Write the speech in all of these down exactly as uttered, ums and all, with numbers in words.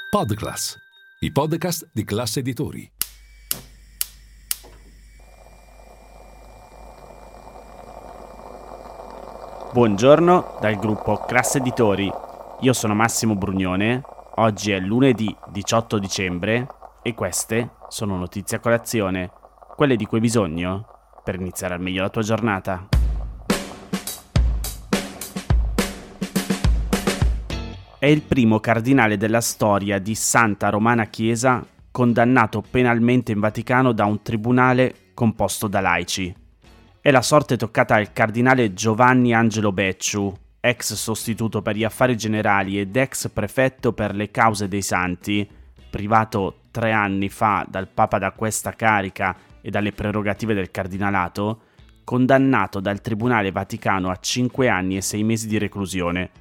Podclass, i podcast di Classe Editori. Buongiorno dal gruppo Classe Editori. Io sono Massimo Brugnone. Oggi è lunedì diciotto dicembre e queste sono notizie a colazione, quelle di cui hai bisogno per iniziare al meglio la tua giornata. È il primo cardinale della storia di Santa Romana Chiesa condannato penalmente in Vaticano da un tribunale composto da laici. È la sorte toccata al cardinale Giovanni Angelo Becciu, ex sostituto per gli affari generali ed ex prefetto per le cause dei santi, privato tre anni fa dal Papa da questa carica e dalle prerogative del cardinalato, condannato dal Tribunale Vaticano a cinque anni e sei mesi di reclusione,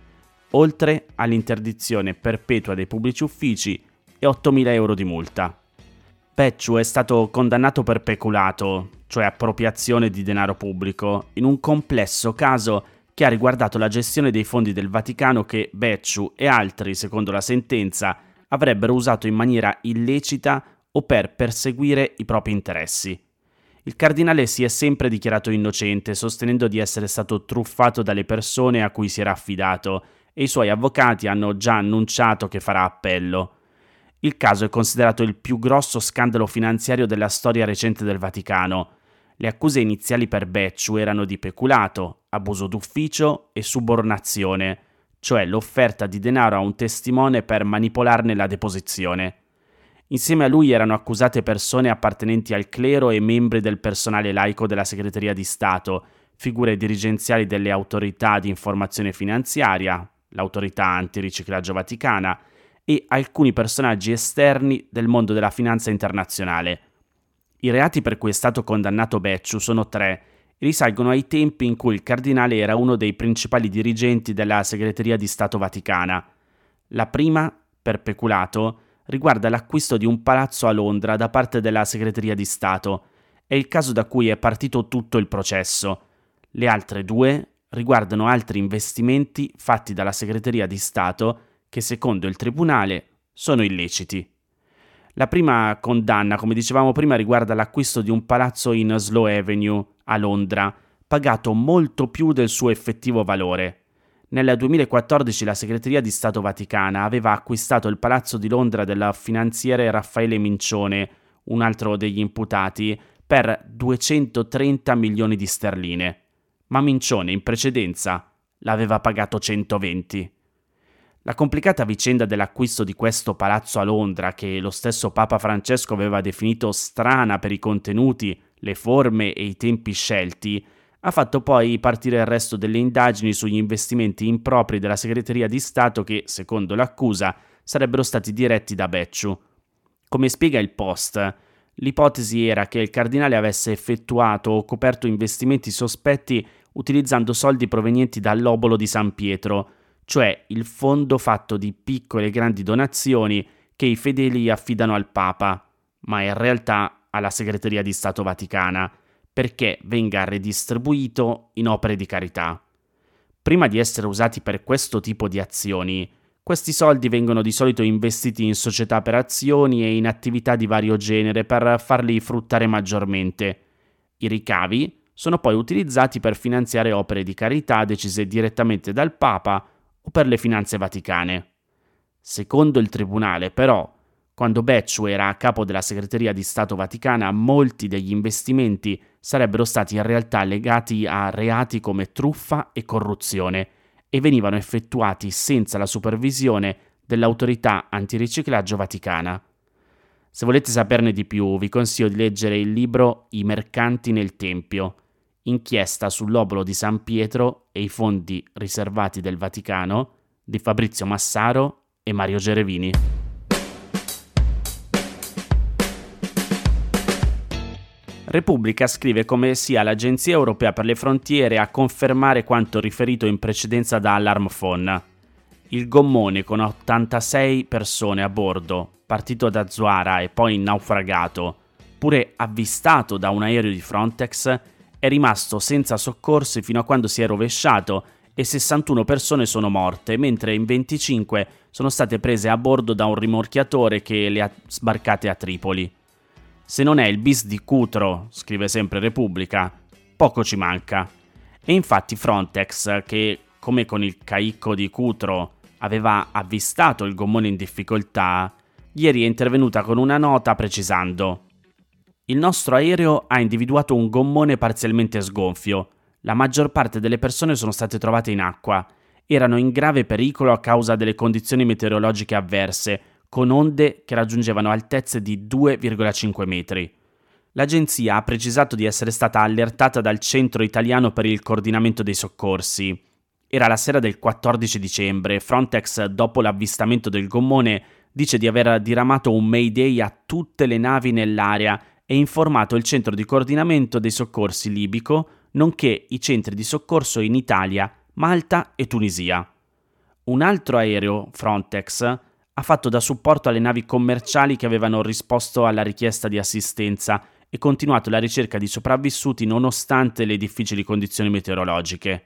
oltre all'interdizione perpetua dei pubblici uffici e ottomila euro di multa. Becciu è stato condannato per peculato, cioè appropriazione di denaro pubblico, in un complesso caso che ha riguardato la gestione dei fondi del Vaticano che Becciu e altri, secondo la sentenza, avrebbero usato in maniera illecita o per perseguire i propri interessi. Il cardinale si è sempre dichiarato innocente, sostenendo di essere stato truffato dalle persone a cui si era affidato, e i suoi avvocati hanno già annunciato che farà appello. Il caso è considerato il più grosso scandalo finanziario della storia recente del Vaticano. Le accuse iniziali per Becciu erano di peculato, abuso d'ufficio e subornazione, cioè l'offerta di denaro a un testimone per manipolarne la deposizione. Insieme a lui erano accusate persone appartenenti al clero e membri del personale laico della Segreteria di Stato, figure dirigenziali delle autorità di informazione finanziaria, l'autorità antiriciclaggio vaticana, e alcuni personaggi esterni del mondo della finanza internazionale. I reati per cui è stato condannato Becciu sono tre e risalgono ai tempi in cui il cardinale era uno dei principali dirigenti della Segreteria di Stato Vaticana. La prima, per peculato, riguarda l'acquisto di un palazzo a Londra da parte della Segreteria di Stato. È il caso da cui è partito tutto il processo. Le altre due riguardano altri investimenti fatti dalla Segreteria di Stato che, secondo il tribunale, sono illeciti. La prima condanna, come dicevamo prima, riguarda l'acquisto di un palazzo in Slow Avenue a Londra, pagato molto più del suo effettivo valore. Nel duemilaquattordici la Segreteria di Stato Vaticana aveva acquistato il palazzo di Londra del finanziere Raffaele Mincione, un altro degli imputati, per duecentotrenta milioni di sterline. Ma Mincione in precedenza l'aveva pagato centoventi. La complicata vicenda dell'acquisto di questo palazzo a Londra, che lo stesso Papa Francesco aveva definito strana per i contenuti, le forme e i tempi scelti, ha fatto poi partire il resto delle indagini sugli investimenti impropri della Segreteria di Stato che, secondo l'accusa, sarebbero stati diretti da Becciu. Come spiega il Post, l'ipotesi era che il cardinale avesse effettuato o coperto investimenti sospetti utilizzando soldi provenienti dall'Obolo di San Pietro, cioè il fondo fatto di piccole e grandi donazioni che i fedeli affidano al Papa, ma in realtà alla Segreteria di Stato Vaticana, perché venga redistribuito in opere di carità. Prima di essere usati per questo tipo di azioni, questi soldi vengono di solito investiti in società per azioni e in attività di vario genere per farli fruttare maggiormente. I ricavi sono poi utilizzati per finanziare opere di carità decise direttamente dal Papa o per le finanze vaticane. Secondo il tribunale, però, quando Becciu era a capo della Segreteria di Stato Vaticana, molti degli investimenti sarebbero stati in realtà legati a reati come truffa e corruzione e venivano effettuati senza la supervisione dell'autorità antiriciclaggio vaticana. Se volete saperne di più, vi consiglio di leggere il libro I mercanti nel Tempio, inchiesta sull'Obolo di San Pietro e i fondi riservati del Vaticano di Fabrizio Massaro e Mario Gerevini. Repubblica scrive come sia l'Agenzia Europea per le Frontiere a confermare quanto riferito in precedenza da Alarm Phone. Il gommone con ottantasei persone a bordo, partito da Zuara e poi naufragato, pure avvistato da un aereo di Frontex, è rimasto senza soccorsi fino a quando si è rovesciato e sessantuno persone sono morte, mentre in venticinque sono state prese a bordo da un rimorchiatore che le ha sbarcate a Tripoli. Se non è il bis di Cutro, scrive sempre Repubblica, poco ci manca. E infatti Frontex, che come con il caicco di Cutro aveva avvistato il gommone in difficoltà, ieri è intervenuta con una nota precisando: il nostro aereo ha individuato un gommone parzialmente sgonfio. La maggior parte delle persone sono state trovate in acqua. Erano in grave pericolo a causa delle condizioni meteorologiche avverse, con onde che raggiungevano altezze di due virgola cinque metri. L'agenzia ha precisato di essere stata allertata dal Centro Italiano per il Coordinamento dei Soccorsi. Era la sera del quattordici dicembre. Frontex, dopo l'avvistamento del gommone, dice di aver diramato un mayday a tutte le navi nell'area e informato il Centro di Coordinamento dei Soccorsi libico, nonché i centri di soccorso in Italia, Malta e Tunisia. Un altro aereo, Frontex, ha fatto da supporto alle navi commerciali che avevano risposto alla richiesta di assistenza e continuato la ricerca di sopravvissuti nonostante le difficili condizioni meteorologiche.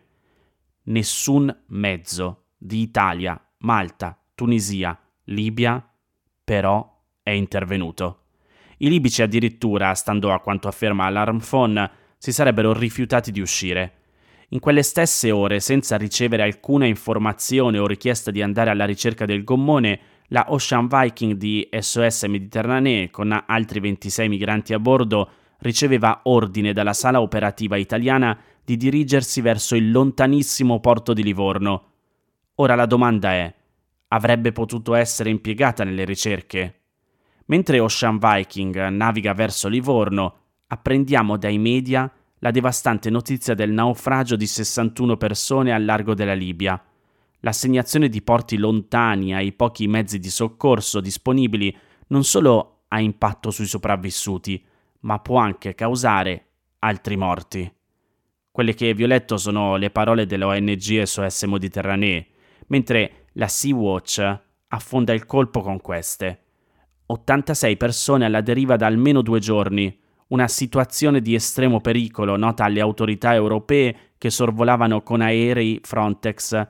Nessun mezzo di Italia, Malta, Tunisia, Libia, però, è intervenuto. I libici addirittura, stando a quanto afferma Alarm Phone, si sarebbero rifiutati di uscire. In quelle stesse ore, senza ricevere alcuna informazione o richiesta di andare alla ricerca del gommone, la Ocean Viking di S O S Méditerranée, con altri ventisei migranti a bordo, riceveva ordine dalla sala operativa italiana di dirigersi verso il lontanissimo porto di Livorno. Ora la domanda è: avrebbe potuto essere impiegata nelle ricerche? Mentre Ocean Viking naviga verso Livorno, apprendiamo dai media la devastante notizia del naufragio di sessantuno persone al largo della Libia. L'assegnazione di porti lontani ai pochi mezzi di soccorso disponibili non solo ha impatto sui sopravvissuti, ma può anche causare altri morti. Quelle che vi ho letto sono le parole dell'O N G S O S Méditerranée, mentre la Sea-Watch affonda il colpo con queste: ottantasei persone alla deriva da almeno due giorni, una situazione di estremo pericolo nota alle autorità europee che sorvolavano con aerei Frontex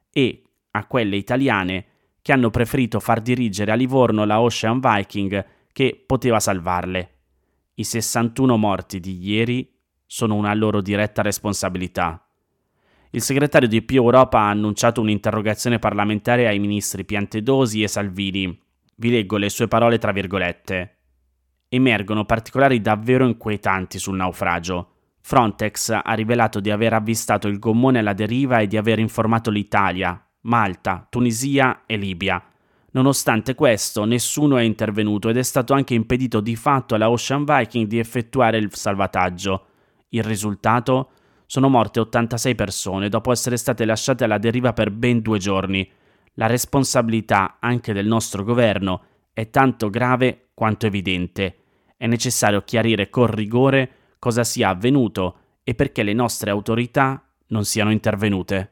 e a quelle italiane che hanno preferito far dirigere a Livorno la Ocean Viking che poteva salvarle. I sessantuno morti di ieri sono una loro diretta responsabilità. Il segretario di Più Europa ha annunciato un'interrogazione parlamentare ai ministri Piantedosi e Salvini. Vi leggo le sue parole tra virgolette. Emergono particolari davvero inquietanti sul naufragio. Frontex ha rivelato di aver avvistato il gommone alla deriva e di aver informato l'Italia, Malta, Tunisia e Libia. Nonostante questo, nessuno è intervenuto ed è stato anche impedito di fatto alla Ocean Viking di effettuare il salvataggio. Il risultato? Sono morte ottantasei persone dopo essere state lasciate alla deriva per ben due giorni. La responsabilità anche del nostro governo è tanto grave quanto evidente. È necessario chiarire con rigore cosa sia avvenuto e perché le nostre autorità non siano intervenute.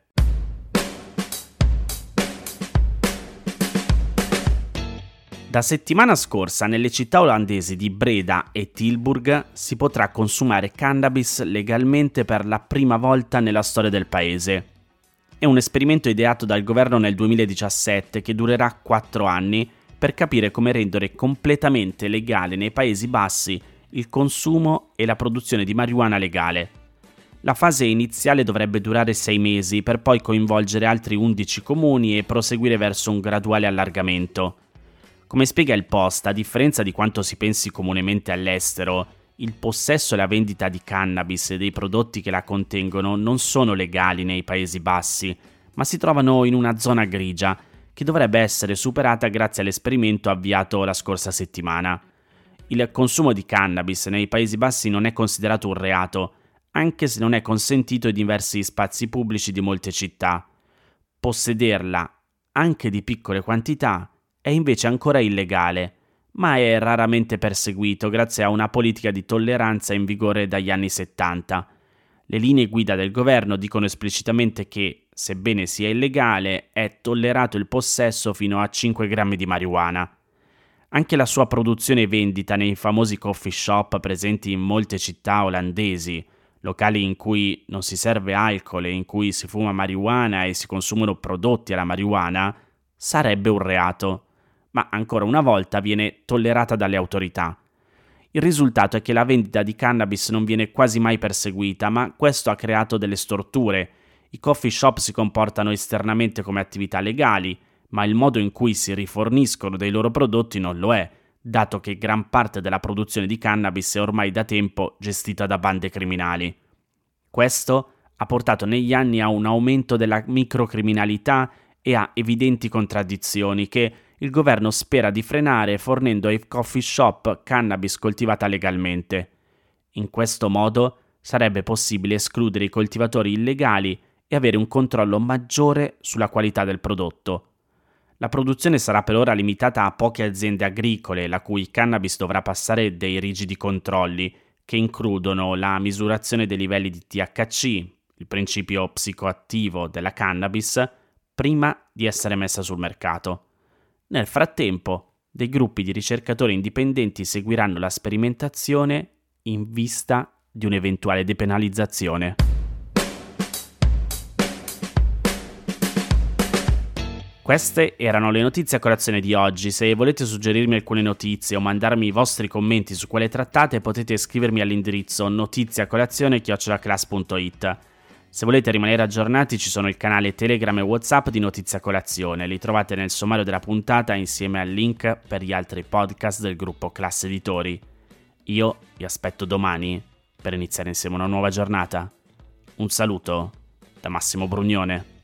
Da settimana scorsa nelle città olandesi di Breda e Tilburg si potrà consumare cannabis legalmente per la prima volta nella storia del paese. È un esperimento ideato dal governo nel duemiladiciassette che durerà quattro anni per capire come rendere completamente legale nei Paesi Bassi il consumo e la produzione di marijuana legale. La fase iniziale dovrebbe durare sei mesi per poi coinvolgere altri undici comuni e proseguire verso un graduale allargamento. Come spiega il Post, a differenza di quanto si pensi comunemente all'estero, il possesso e la vendita di cannabis e dei prodotti che la contengono non sono legali nei Paesi Bassi, ma si trovano in una zona grigia che dovrebbe essere superata grazie all'esperimento avviato la scorsa settimana. Il consumo di cannabis nei Paesi Bassi non è considerato un reato, anche se non è consentito in diversi spazi pubblici di molte città. Possederla, anche di piccole quantità, è invece ancora illegale, ma è raramente perseguito grazie a una politica di tolleranza in vigore dagli anni settanta. Le linee guida del governo dicono esplicitamente che, sebbene sia illegale, è tollerato il possesso fino a cinque grammi di marijuana. Anche la sua produzione e vendita nei famosi coffee shop presenti in molte città olandesi, locali in cui non si serve alcol e in cui si fuma marijuana e si consumano prodotti alla marijuana, sarebbe un reato, ma ancora una volta viene tollerata dalle autorità. Il risultato è che la vendita di cannabis non viene quasi mai perseguita, ma questo ha creato delle storture. I coffee shop si comportano esternamente come attività legali, ma il modo in cui si riforniscono dei loro prodotti non lo è, dato che gran parte della produzione di cannabis è ormai da tempo gestita da bande criminali. Questo ha portato negli anni a un aumento della microcriminalità e a evidenti contraddizioni che il governo spera di frenare fornendo ai coffee shop cannabis coltivata legalmente. In questo modo sarebbe possibile escludere i coltivatori illegali e avere un controllo maggiore sulla qualità del prodotto. La produzione sarà per ora limitata a poche aziende agricole, la cui cannabis dovrà passare dei rigidi controlli, che includono la misurazione dei livelli di T H C, il principio psicoattivo della cannabis, prima di essere messa sul mercato. Nel frattempo, dei gruppi di ricercatori indipendenti seguiranno la sperimentazione in vista di un'eventuale depenalizzazione. Queste erano le notizie a colazione di oggi. Se volete suggerirmi alcune notizie o mandarmi i vostri commenti su quelle trattate, potete scrivermi all'indirizzo notiziacolazione chiocciola class punto it. Se volete rimanere aggiornati ci sono il canale Telegram e WhatsApp di Notizia Colazione. Li trovate nel sommario della puntata insieme al link per gli altri podcast del gruppo Class Editori. Io vi aspetto domani per iniziare insieme una nuova giornata. Un saluto da Massimo Brugnone.